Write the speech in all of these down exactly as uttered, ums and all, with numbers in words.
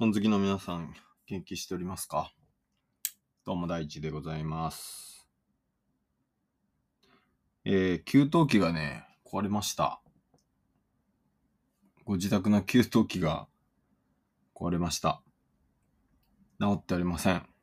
本好きの皆さん、元気しておりますか？どうも大地でございます。えー、給湯器がね、壊れました。ご自宅の給湯器が壊れました。治っておりません。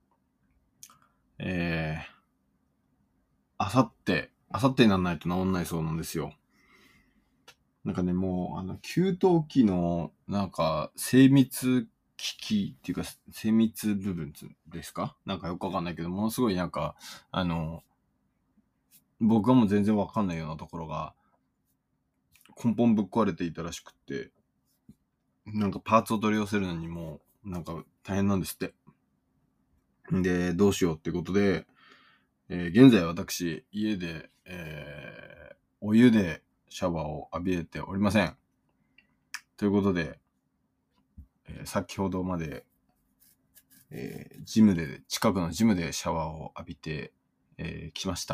えー、あさって、あさってにならないと治んないそうなんですよ。なんかね、もう、あの、給湯器の、なんか、精密機器っていうか、精密部分ですか？なんかよくわかんないけど、ものすごいなんか、あの、僕はもう全然わかんないようなところが、根本ぶっ壊れていたらしくって、なんかパーツを取り寄せるのにも、なんか大変なんですって。で、どうしようってことで、えー現在私、家で、えーお湯でシャワーを浴びれておりません。ということで、えー先ほどまで、えージムで、近くのジムでシャワーを浴びて、えー来ました。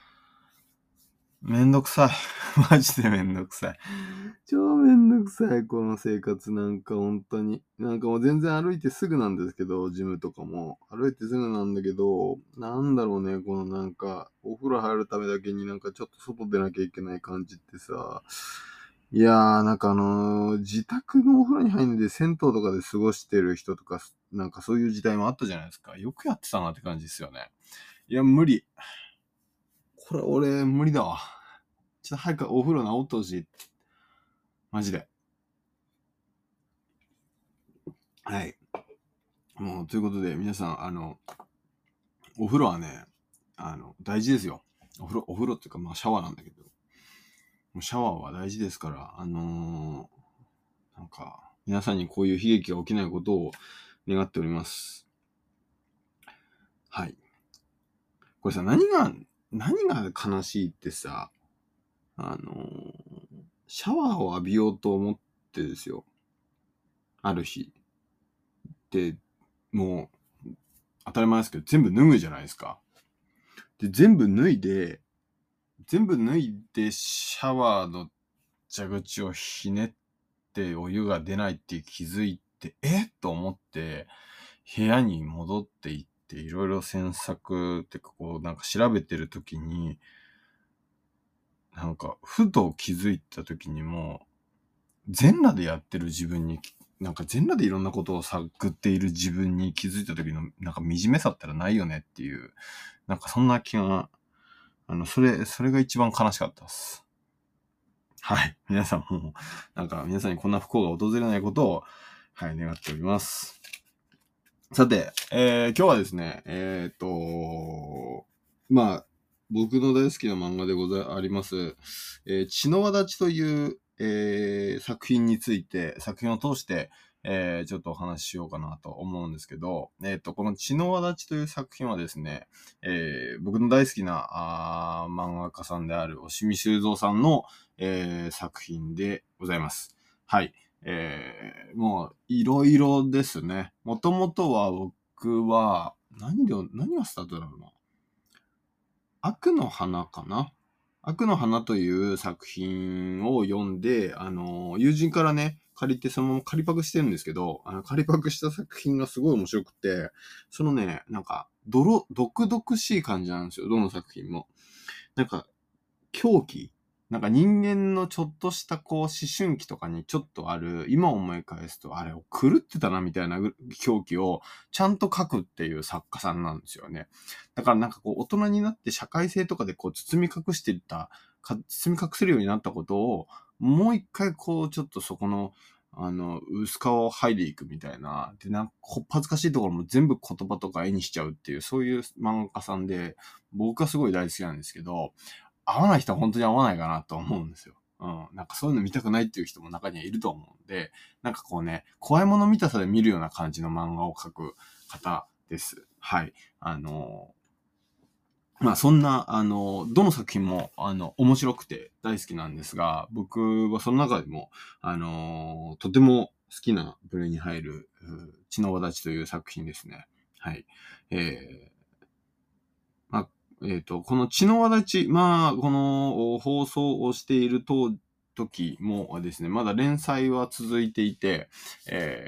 めんどくさい。マジでめんどくさい。超めんどくさい、この生活なんか本当に。なんかもう全然歩いてすぐなんですけど、ジムとかも。歩いてすぐなんだけど、なんだろうね、このなんか、お風呂入るためだけになんかちょっと外出なきゃいけない感じってさ。いやー、なんかあのー自宅のお風呂に入んで銭湯とかで過ごしてる人とか、なんかそういう時代もあったじゃないですか。よくやってたなって感じですよね。いや、無理。これ俺無理だわ。ちょっと早くお風呂治ってほしい。マジで。はい。もう、ということで、皆さん、あの、お風呂はね、あの、大事ですよ。お風呂、お風呂っていうか、まあ、シャワーなんだけど、もうシャワーは大事ですから、あのーなんか、皆さんにこういう悲劇が起きないことを願っております。はい。これさ、何が、何が悲しいってさ、あのーシャワーを浴びようと思ってですよ。ある日。で、もう、当たり前ですけど、全部脱ぐじゃないですか。で、全部脱いで、全部脱いでシャワーの蛇口をひねってお湯が出ないって気づいて、えと思って、部屋に戻っていって、いろいろ詮索ってかこう、なんか調べてるときに、なんか、ふと気づいたときにもう、全裸でやってる自分に、なんか全裸でいろんなことを探っている自分に気づいたときの、なんか惨めさったらないよねっていう、なんかそんな気が、あの、それ、それが一番悲しかったです。はい。皆さんも、なんか皆さんにこんな不幸が訪れないことを、はい、願っております。さて、えー、今日はですね、えーと、まあ、僕の大好きな漫画でござい、あります、えー、血の輪立ちという、えー、作品について、作品を通して、えー、ちょっとお話ししようかなと思うんですけど、えっ、と、この血の輪立ちという作品はですね、えー、僕の大好きなあー漫画家さんである押見修造さんの、えー、作品でございます。はい。えー、もう、いろいろですね。もともとは僕は、何で、何がスタートだろうな。悪の花かな。悪の花という作品を読んで、あの、友人からね、借りてそのまま借りパクしてるんですけど、あの、借りパクした作品がすごい面白くて、そのね、なんか、どろ、毒々しい感じなんですよ。どの作品も。なんか、狂気なんか人間のちょっとしたこう思春期とかにちょっとある、今思い返すとあれを狂ってたなみたいな狂気をちゃんと書くっていう作家さんなんですよね。だからなんかこう大人になって社会性とかでこう包み隠していった、か包み隠せるようになったことをもう一回こうちょっとそこのあの、薄皮を剥いでいくみたいな。で、なんか、こっぱずかしいところも全部言葉とか絵にしちゃうっていう、そういう漫画家さんで、僕はすごい大好きなんですけど、合わない人は本当に合わないかなと思うんですよ。うん。なんかそういうの見たくないっていう人も中にはいると思うんで、なんかこうね、怖いもの見たさで見るような感じの漫画を描く方です。はい。あの、まあそんな、あの、どの作品も、あの、面白くて大好きなんですが、僕はその中でも、あの、とても好きな部類に入る、血の輪立ちという作品ですね。はい。えー、まあえっ、と、この血の輪立ち、まあ、この放送をしている当時もですね、まだ連載は続いていて、えー、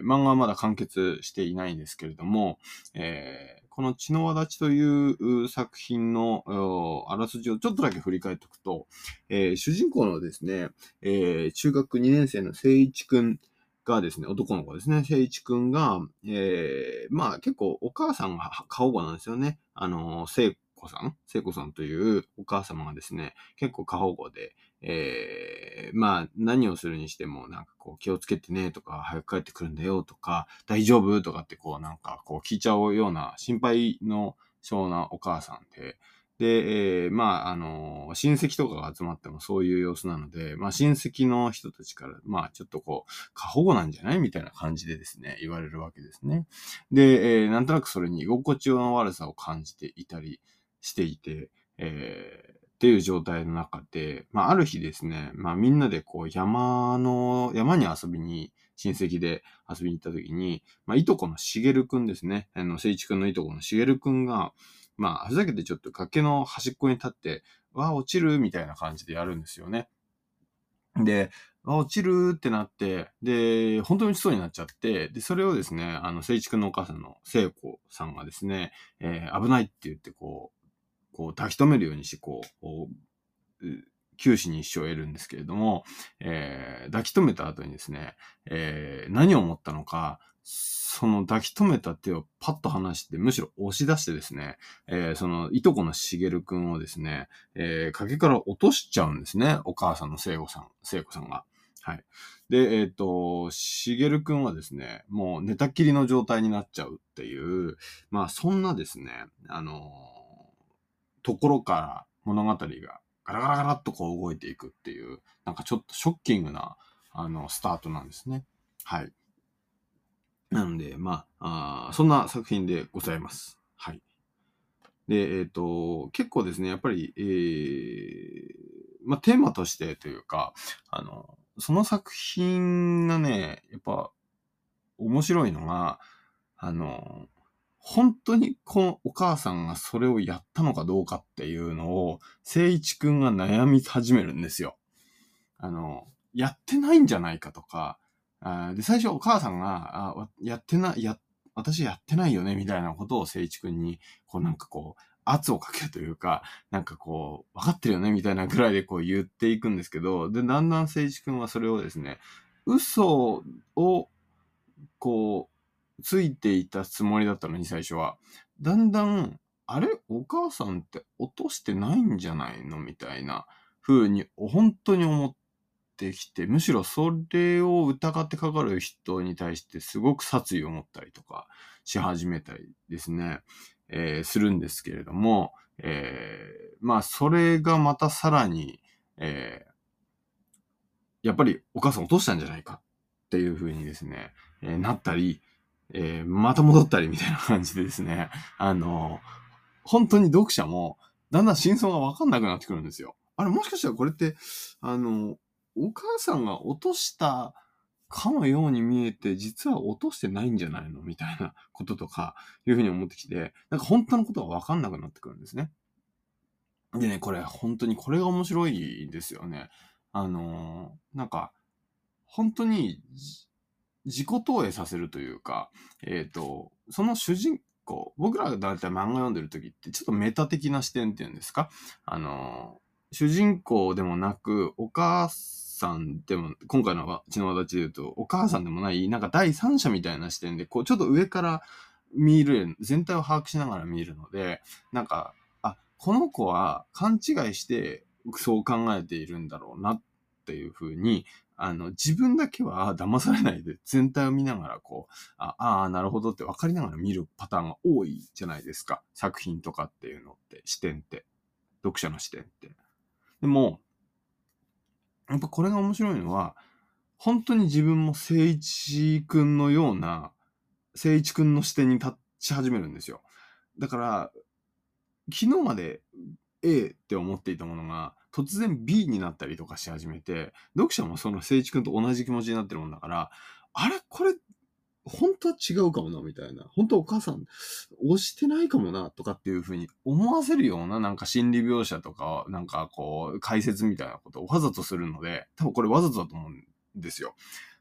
ー、漫画はまだ完結していないんですけれども、えー、この血の輪立ちという作品のあらすじをちょっとだけ振り返っておくと、えー、主人公のですね、えー、中学にねん生の聖一くんがですね、男の子ですね、聖一くんが、えー、まあ結構お母さんが過保護なんですよね。あの、聖子さん聖子さんというお母様がですね、結構過保護で、えー、まあ何をするにしてもなんかこう気をつけてねとか、早く帰ってくるんだよとか、大丈夫とかってこうなんかこう聞いちゃうような心配の性なお母さんで、で、えー、まあ、あの、親戚とかが集まってもそういう様子なので、まあ、親戚の人たちから、まあ、ちょっとこう、過保護なんじゃないみたいな感じでですね、言われるわけですね。で、えー、なんとなくそれに居心地の悪さを感じていたりしていて、えー、っていう状態の中で、まあ、ある日ですね、まあ、みんなでこう、山の、山に遊びに、親戚で遊びに行った時に、まあ、いとこのしげるくんですね、あの、聖一くんのいとこのしげるくんが、まあ、ふざけてちょっと崖の端っこに立って、わあ、落ちるみたいな感じでやるんですよね。で、あ、落ちるってなって、で、本当に落ちそうになっちゃって、で、それをですね、あの、聖一くんのお母さんの聖子さんがですね、えー、危ないって言って、こう、こう、抱き留めるようにして、こう、こう九死に一生を得るんですけれども、えー、抱き留めた後にですね、えー、何を思ったのか、その抱き留めた手をパッと離して、むしろ押し出してですね、えー、そのいとこのしげるくんをですね、えー、崖から落としちゃうんですね。お母さんの聖子さん、聖子さんが。はい。で、えっ、ー、と、しげるくんはですね、もう寝たきりの状態になっちゃうっていう、まあそんなですね、あのー、ところから物語がガラガラガラっとこう動いていくっていう、なんかちょっとショッキングな、あの、スタートなんですね。はい。なので、まあ、あそんな作品でございます。はい。で、えっ、ー、と、結構ですね、やっぱり、えー、まあ、テーマとしてというか、あの、その作品がね、やっぱ、面白いのが、あの、本当にこのお母さんがそれをやったのかどうかっていうのを、聖一くんが悩み始めるんですよ。あの、やってないんじゃないかとか、あで、最初お母さんが、あやってな、や、私やってないよね、みたいなことを聖一くんに、こうなんかこう、圧をかけるというか、なんかこう、分かってるよね、みたいなぐらいでこう言っていくんですけど、で、だんだん聖一くんはそれをですね、嘘を、こう、ついていたつもりだったのに、最初は。だんだん、あれお母さんって落としてないんじゃないのみたいな風に、本当に思ってきて、むしろそれを疑ってかかる人に対してすごく殺意を持ったりとかし始めたりですね、えー、するんですけれども、えー、まあ、それがまたさらに、えー、やっぱりお母さん落としたんじゃないかっていう風にですね、えー、なったり、えー、また戻ったりみたいな感じでですね、あの、本当に読者もだんだん真相がわかんなくなってくるんですよ。あれ、もしかしたらこれって、あの、お母さんが落としたかのように見えて、実は落としてないんじゃないのみたいなこととか、いうふうに思ってきて、なんか本当のことがわかんなくなってくるんですね。でね、これ本当にこれが面白いですよね。あの、なんか、本当に自己投影させるというか、えっ、ー、と、その主人公、僕らがだいたい漫画読んでる時って、ちょっとメタ的な視点っていうんですか、あの、主人公でもなく、お母さんでも、今回の血の輪立ちで言うと、お母さんでもない、なんか第三者みたいな視点で、こう、ちょっと上から見る、全体を把握しながら見るので、なんか、あ、この子は勘違いして、そう考えているんだろうなっていうふうに、あの、自分だけは騙されないで全体を見ながらこう、ああ、なるほどって分かりながら見るパターンが多いじゃないですか。作品とかっていうのって、視点って、読者の視点って。でも、やっぱこれが面白いのは、本当に自分も聖一くんのような、聖一くんの視点に立ち始めるんですよ。だから、昨日まで A って思っていたものが、突然 B になったりとかし始めて、読者もその聖一くんと同じ気持ちになってるもんだから、あれこれ、本当は違うかもな、みたいな。本当はお母さん、押してないかもな、とかっていうふうに思わせるような、なんか心理描写とか、なんかこう、解説みたいなことをわざとするので、多分これわざとだと思うんですよ。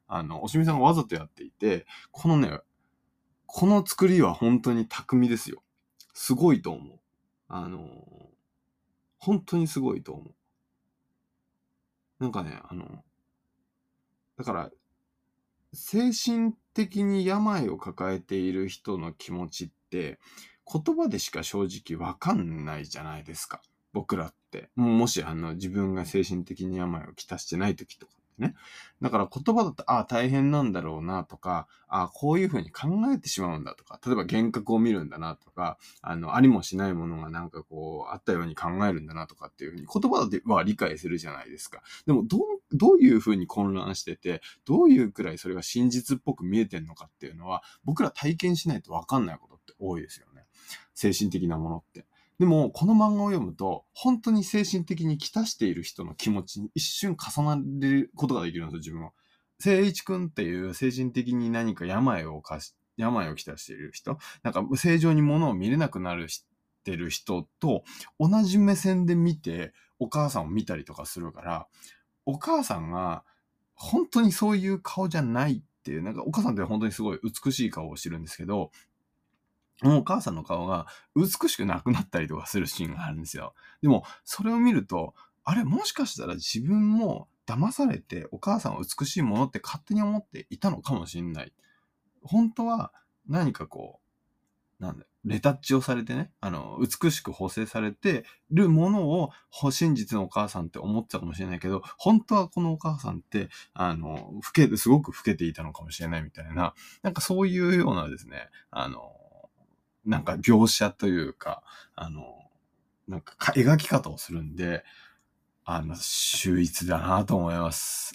あの、おしみさんがわざとやっていて、このね、この作りは本当に巧みですよ。すごいと思う。あの、本当にすごいと思う。なんかね、あの、だから、精神的に病を抱えている人の気持ちって、言葉でしか正直わかんないじゃないですか。僕らって。もし、あの、自分が精神的に病をきたしてない時とかってね。だから言葉だと、ああ、大変なんだろうなとか、ああ、こういうふうに考えてしまうんだとか、例えば幻覚を見るんだなとか、あの、ありもしないものがなんかこう、あったように考えるんだなとかっていうふうに言葉では理解するじゃないですか。でも、どう、どういうふうに混乱してて、どういうくらいそれが真実っぽく見えてんのかっていうのは、僕ら体験しないとわかんないことって多いですよね。精神的なものって。でも、この漫画を読むと、本当に精神的に来たしている人の気持ちに一瞬重なることができるんですよ、自分は。聖一くんっていう精神的に何か病をかし、病をきたしている人、なんか正常に物を見れなくなるしてる人と同じ目線で見て、お母さんを見たりとかするから、お母さんが本当にそういう顔じゃないっていう、なんかお母さんって本当にすごい美しい顔をしてるんですけど、もうお母さんの顔が美しくなくなったりとかするシーンがあるんですよ。でも、それを見ると、あれ、もしかしたら自分も騙されてお母さんは美しいものって勝手に思っていたのかもしれない。本当は何かこう、なんだ、レタッチをされてね、あの、美しく補正されてるものを真実のお母さんって思ってたかもしれないけど、本当はこのお母さんって、あの、老け、すごく老けていたのかもしれないみたいな、なんかそういうようなですね、あの、なんか描写というか、あの、なんか描き方をするんで、あの、秀逸だなと思います。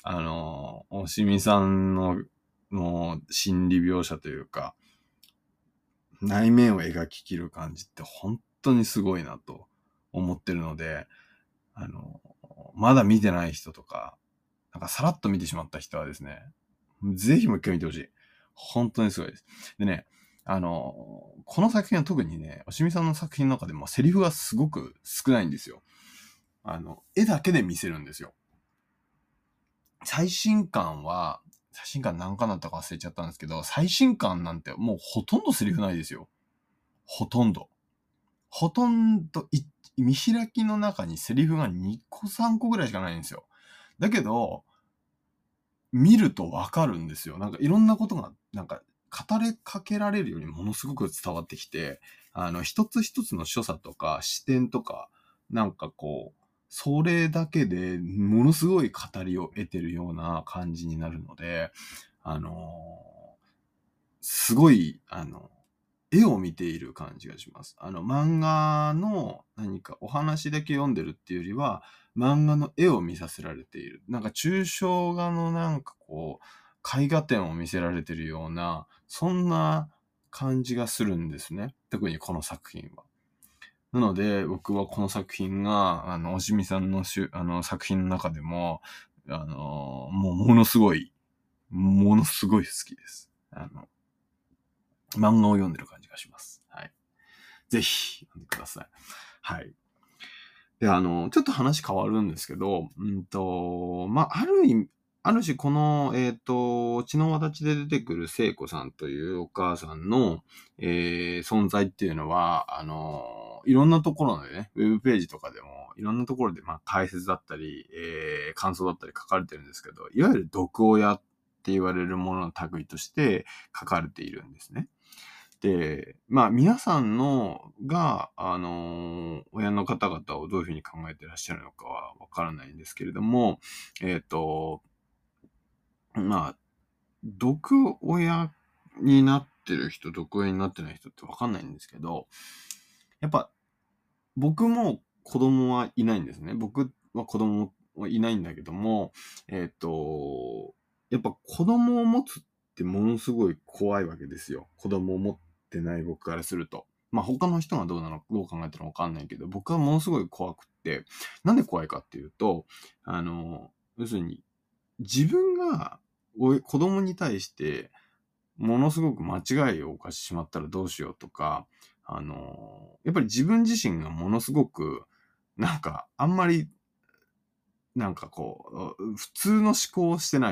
あの、おしみさんの、の心理描写というか、内面を描ききる感じって本当にすごいなと思ってるので、あの、まだ見てない人とか、なんかさらっと見てしまった人はですね、ぜひもう一回見てほしい。本当にすごいです。でね、あの、この作品は特にね、おしみさんの作品の中でもセリフがすごく少ないんですよ。あの、絵だけで見せるんですよ。最新刊は、最新刊何巻だったか忘れちゃったんですけど、最新刊なんてもうほとんどセリフないですよ。ほとんど。ほとんど見開きの中にセリフがにこさんこぐらいしかないんですよ。だけど、見るとわかるんですよ。なんかいろんなことが、なんか語りかけられるようにものすごく伝わってきて、あの、一つ一つの所作とか視点とか、なんかこう、それだけでものすごい語りを得てるような感じになるので、あのー、すごい、あの、絵を見ている感じがします。あの、漫画の何かお話だけ読んでるっていうよりは、漫画の絵を見させられている。なんか抽象画のなんかこう、絵画展を見せられてるような、そんな感じがするんですね。特にこの作品は。なので、僕はこの作品が、あの、おしみさんのしゅあの作品の中でも、あの、もうものすごい、ものすごい好きです。あの、漫画を読んでる感じがします。はい。ぜひ、読んでください。はい。で、あの、ちょっと話変わるんですけど、うんと、まあ、ある意味、ある種この、えっ、と、血の轍で出てくる聖子さんというお母さんの、えー、存在っていうのは、あの、いろんなところでね、ウェブページとかでも、いろんなところで、まあ、解説だったり、えー、感想だったり書かれてるんですけど、いわゆる毒親って言われるものの類として書かれているんですね。で、まあ皆さんのが、あのー親の方々をどういうふうに考えてらっしゃるのかはわからないんですけれども、えっ、と、まあ、毒親になってる人、毒親になってない人ってわかんないんですけど、やっぱ僕も子供はいないんですね。僕は子供はいないんだけども、えっ、と、やっぱ子供を持つってものすごい怖いわけですよ。子供を持ってない僕からすると。まあ他の人がどうなのか、どう考えてるのかわかんないけど、僕はものすごい怖くって、なんで怖いかっていうと、あの、要するに自分がお子供に対してものすごく間違いを犯してしまったらどうしようとか、あの、やっぱり自分自身がものすごく、なんか、あんまり、なんかこう、普通の思考をしてないっ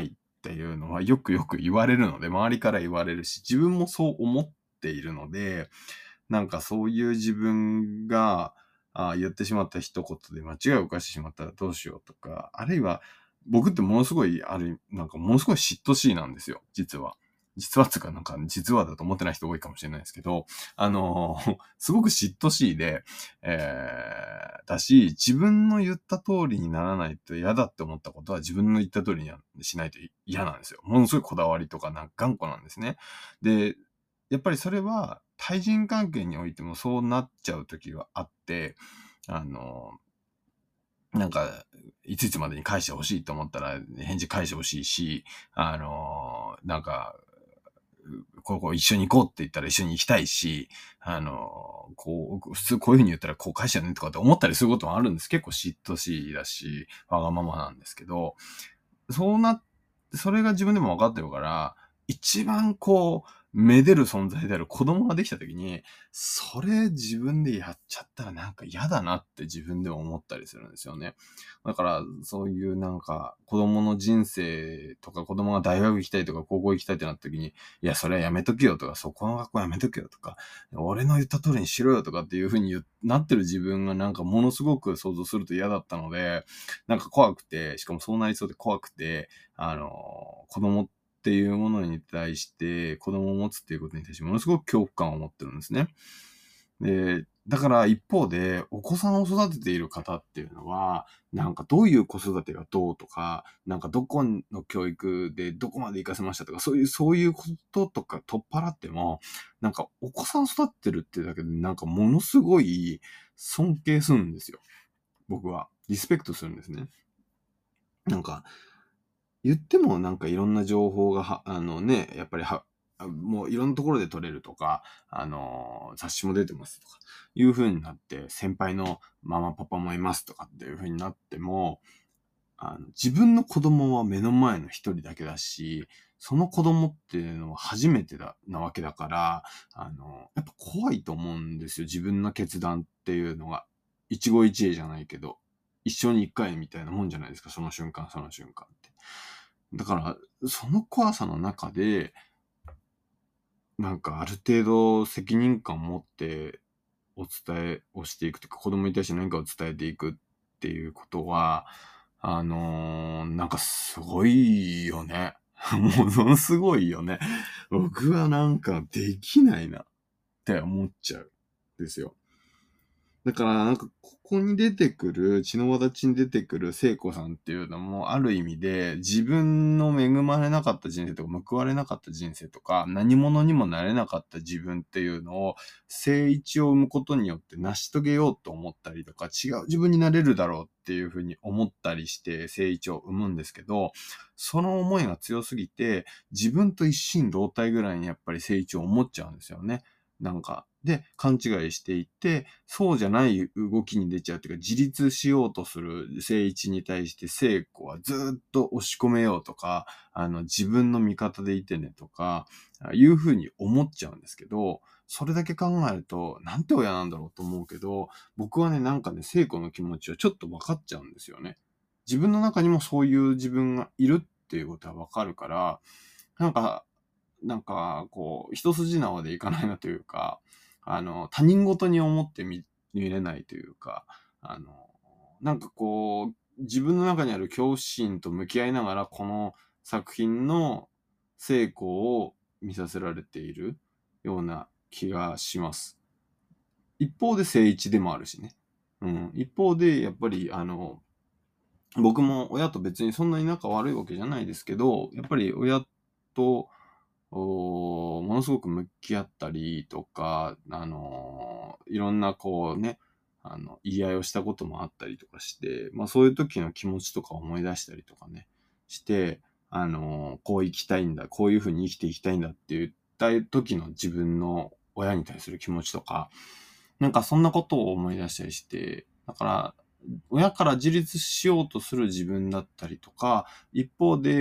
っていうのはよくよく言われるので、周りから言われるし、自分もそう思っているので、なんかそういう自分が、あ言ってしまった一言で間違いを犯してしまったらどうしようとか、あるいは僕ってものすごい、ある、なんかものすごい嫉妬しいなんですよ、実は。実はつうかなんか実はだと思ってない人多いかもしれないですけど、あのーすごく嫉妬しいで、えー、だし、自分の言った通りにならないと嫌だって思ったことは自分の言った通りにはしないと嫌なんですよ。ものすごいこだわりとかなんか頑固なんですね。で、やっぱりそれは対人関係においてもそうなっちゃう時があって、あのーなんか、いついつまでに返してほしいと思ったら返事返してほしいし、あのーなんか、ここ一緒に行こうって言ったら一緒に行きたいし、あの、こう、普通こういう風に言ったらこう返しちゃうねとかって思ったりすることもあるんです。結構嫉妬しいだし、わがままなんですけど、そうな、それが自分でも分かってるから、一番こう、めでる存在である子供ができた時に、それ自分でやっちゃったらなんか嫌だなって自分でも思ったりするんですよね。だから、そういうなんか、子供の人生とか子供が大学行きたいとか高校行きたいってなった時に、いや、それはやめとけよとか、そこの学校やめとけよとか、俺の言った通りにしろよとかっていう風に言うなってる自分がなんかものすごく想像すると嫌だったので、なんか怖くて、しかもそうなりそうで怖くて、あの、子供っていうものに対して、子供を持つっていうことに対してものすごく恐怖感を持ってるんですね。で、だから一方で、お子さんを育てている方っていうのは、なんかどういう子育てがどうとか、なんかどこの教育でどこまで行かせましたとか、そういう、そういうこととか取っ払っても、なんかお子さん育ててるっていうだけで、なんかものすごい尊敬するんですよ。僕は。リスペクトするんですね。なんか、言ってもなんかいろんな情報がは、あのね、やっぱりは、もういろんなところで取れるとか、あのー雑誌も出てますとか、いう風になって、先輩のママパパもいますとかっていう風になっても、あの自分の子供は目の前の一人だけだし、その子供っていうのは初めてだ、なわけだから、あの、やっぱ怖いと思うんですよ。自分の決断っていうのが。一期一会じゃないけど、一生に一回みたいなもんじゃないですか。その瞬間、その瞬間って。だから、その怖さの中で、なんかある程度責任感を持ってお伝えをしていくというか、子供に対して何かを伝えていくっていうことは、あのーなんかすごいよね。ものすごいよね。僕はなんかできないなって思っちゃうんですよ。だから、なんか、ここに出てくる、血の輪立ちに出てくる聖子さんっていうのも、ある意味で、自分の恵まれなかった人生とか、報われなかった人生とか、何者にもなれなかった自分っていうのを、聖一を生むことによって成し遂げようと思ったりとか、違う自分になれるだろうっていうふうに思ったりして、聖一を生むんですけど、その思いが強すぎて、自分と一心同体ぐらいにやっぱり聖一を思っちゃうんですよね。なんか、で、勘違いしていって、そうじゃない動きに出ちゃうというか、自立しようとする聖一に対して聖子はずっと押し込めようとか、あの、自分の味方でいてねとか、いうふうに思っちゃうんですけど、それだけ考えると、なんて親なんだろうと思うけど、僕はね、なんかね、聖子の気持ちをちょっと分かっちゃうんですよね。自分の中にもそういう自分がいるっていうことは分かるから、なんか、なんか、こう、一筋縄でいかないなというか、あの、他人事に思って見、見れないというか、あの、なんかこう、自分の中にある恐怖心と向き合いながら、この作品の成功を見させられているような気がします。一方で聖一でもあるしね。うん。一方で、やっぱり、あの、僕も親と別にそんなに仲悪いわけじゃないですけど、やっぱり親と、おものすごく向き合ったりとか、あのーいろんなこうね、あの、言い合いをしたこともあったりとかして、まあそういう時の気持ちとか思い出したりとかね、して、あのーこう生きたいんだ、こういうふうに生きていきたいんだって言った時の自分の親に対する気持ちとか、なんかそんなことを思い出したりして、だから、親から自立しようとする自分だったりとか、一方で、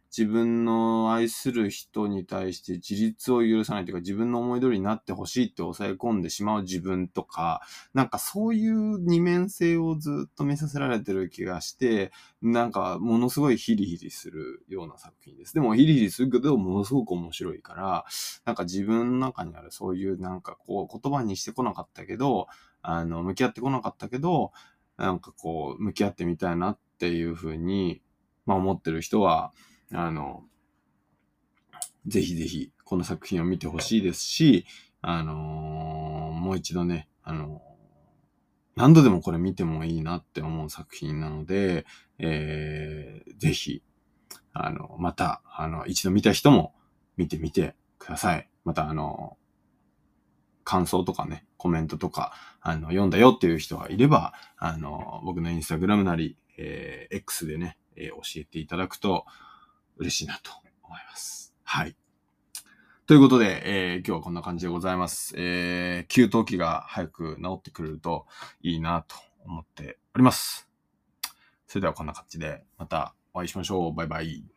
自分の愛する人に対して自立を許さないというか、自分の思い通りになってほしいって抑え込んでしまう自分とか、なんかそういう二面性をずっと見させられてる気がして、なんかものすごいヒリヒリするような作品です。でもヒリヒリするけどものすごく面白いから、なんか自分の中にあるそういうなんかこう言葉にしてこなかったけど、あの、向き合ってこなかったけど、なんかこう、向き合ってみたいなっていうふうに、まあ思ってる人は、あの、ぜひぜひこの作品を見てほしいですし、あのーもう一度ね、あのー何度でもこれ見てもいいなって思う作品なので、えー、ぜひ、あの、また、あの、一度見た人も見てみてください。また、あの、感想とかね、コメントとか、あの、読んだよっていう人がいれば、あの、僕のインスタグラムなり、えー、X でね、えー、教えていただくと嬉しいなと思います。はい。ということで、えー、今日はこんな感じでございます。えー、給湯器が早く治ってくれるといいなと思っております。それではこんな感じで、またお会いしましょう。バイバイ。